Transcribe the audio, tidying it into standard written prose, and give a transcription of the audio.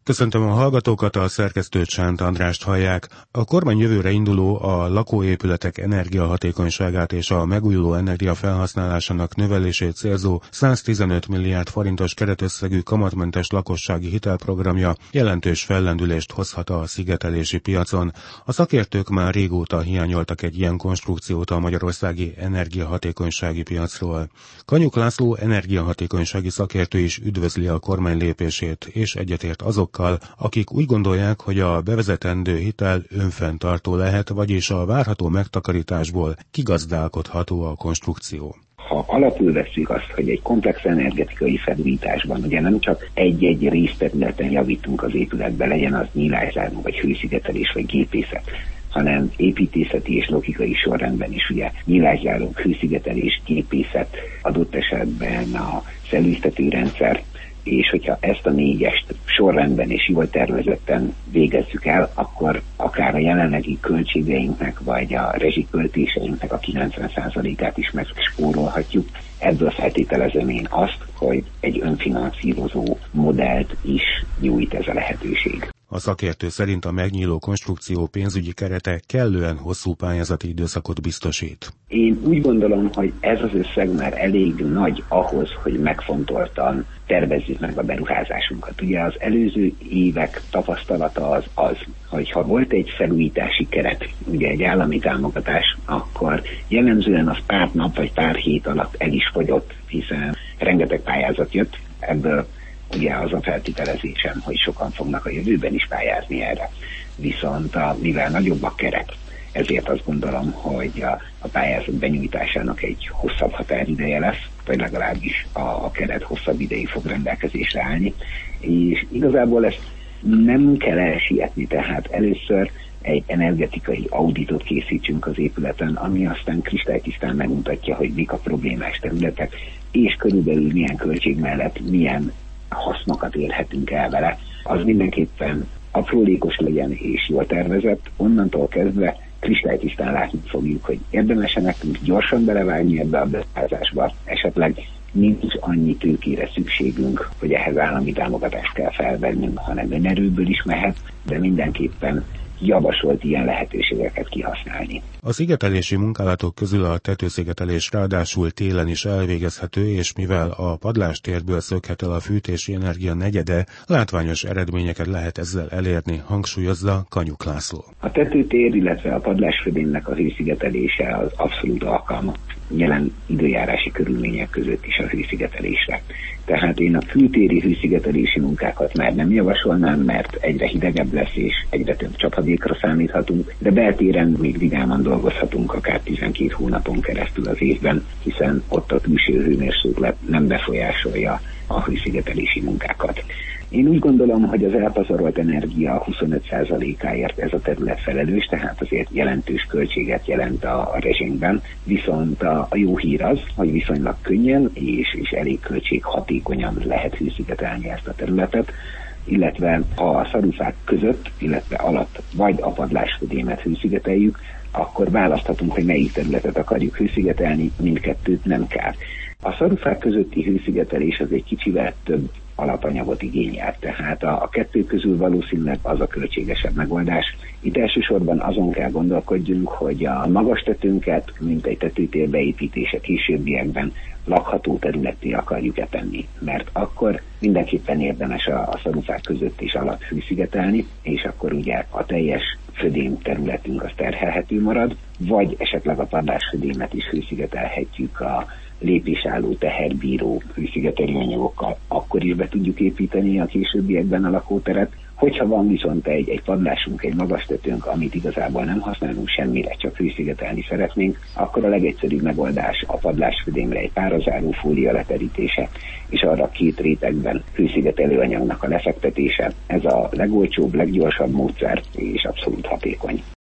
Köszöntöm a hallgatókat, a szerkesztőt, Sánt Andrást hallják. A kormány jövőre induló a lakóépületek energiahatékonyságát és a megújuló energia felhasználásának növelését célzó 115 milliárd forintos keretösszegű kamatmentes lakossági hitelprogramja jelentős fellendülést hozhat a szigetelési piacon. A szakértők már régóta hiányoltak egy ilyen konstrukciót a magyarországi energiahatékonysági piacról. Kanyuk László energiahatékonysági szakértő is üdvözli a kormány lépését, és egyetért azokkal, akik úgy gondolják, hogy a bevezetendő hitel önfenntartó lehet, vagyis a várható megtakarításból kigazdálkodható a konstrukció. Ha alapul vesszük azt, hogy egy komplex energetikai felújításban ugye nem csak egy-egy részterületen javítunk az épületbe, legyen az nyílászáró, vagy hőszigetelés, vagy gépészet, hanem építészeti és logikai sorrendben is ugye nyílászárók, hőszigetelés, gépészet, adott esetben a szellőztetőrendszer, és hogyha ezt a négyest sorrendben és jól tervezetten végezzük el, akkor akár a jelenlegi költségeinknek, vagy a rezsiköltéseinknek a 90%-át is megspórolhatjuk. Ebből feltételezem én azt, hogy egy önfinanszírozó modellt is nyújt ez a lehetőség. A szakértő szerint a megnyíló konstrukció pénzügyi kerete kellően hosszú pályázati időszakot biztosít. Én úgy gondolom, hogy ez az összeg már elég nagy ahhoz, hogy megfontoltan tervezzük meg a beruházásunkat. Ugye az előző évek tapasztalata az, hogy ha volt egy felújítási keret, ugye egy állami támogatás, akkor jellemzően az pár nap vagy pár hét alatt el is fogyott, hiszen rengeteg pályázat jött, ebből ugye az a feltételezésem, hogy sokan fognak a jövőben is pályázni erre. Viszont mivel nagyobb a keret, ezért azt gondolom, hogy a pályázat benyújtásának egy hosszabb határideje lesz, vagy legalábbis a keret hosszabb ideig fog rendelkezésre állni. És igazából ezt nem kell elsietni, tehát először egy energetikai auditot készítsünk az épületen, ami aztán kristálytisztán megmutatja, hogy mik a problémás területek, és körülbelül milyen költség mellett milyen hasznokat érhetünk el vele. Az mindenképpen aprólékos legyen és jól tervezett, onnantól kezdve kristálytisztán látni fogjuk, hogy érdemesen nekünk gyorsan belevágni ebbe a beruházásba, esetleg nincs annyi tőkére szükségünk, hogy ehhez állami támogatást kell felvennünk, hanem önerőből is mehet, de mindenképpen javasolt ilyen lehetőségeket kihasználni. A szigetelési munkálatok közül a tetőszigetelés ráadásul télen is elvégezhető, és mivel a padlástérből szökhet el a fűtési energia negyede, látványos eredményeket lehet ezzel elérni, hangsúlyozza Kanyuk László. A tetőtér, illetve a padlásfödémnek a hőszigetelése az abszolút alkalmas jelen időjárási körülmények között is a hőszigetelésre. Tehát én a kültéri hőszigetelési munkákat már nem javasolnám, mert egyre hidegebb lesz és egyre több csapadékra számíthatunk, de beltéren még vidáman dolgozhatunk akár 12 hónapon keresztül az évben, hiszen ott a külső hőmérséklet nem befolyásolja a hőszigetelési munkákat. Én úgy gondolom, hogy az elpazarolt energia 25%-áért ez a terület felelős, tehát azért jelentős költséget jelent a rezsinkben, viszont a jó hír az, hogy viszonylag könnyen és elég költséghatékonyan lehet hőszigetelni ezt a területet, illetve ha a szarufák között, illetve alatt vagy a padlásfödémet hőszigeteljük, akkor választhatunk, hogy melyik területet akarjuk hőszigetelni, mindkettőt nem kell. A szarufák közötti hőszigetelés az egy kicsivel több alapanyagot igényel, tehát a kettő közül valószínűleg az a költségesebb megoldás. Itt elsősorban azon kell gondolkodjunk, hogy a magas tetőnket, mint egy tetőtér beépítése későbbiekben lakható területté akarjuk-e tenni, mert akkor mindenképpen érdemes a szarufák között és alatt hőszigetelni, és akkor ugye a teljes födém területünk az terhelhető marad, vagy esetleg a padlásfödémet is hőszigetelhetjük a lépésálló teherbíró hőszigetelő anyagokkal, akkor is be tudjuk építeni a későbbiekben a lakóteret. Hogyha van viszont egy padlásunk, egy magas tetőnk, amit igazából nem használunk semmire, csak hőszigetelni szeretnénk, akkor a legegyszerűbb megoldás a padlásfödémre egy párazáró fólia leterítése, és arra 2 rétegben hőszigetelő anyagnak a lefektetése. Ez a legolcsóbb, leggyorsabb módszer, és abszolút hatékony.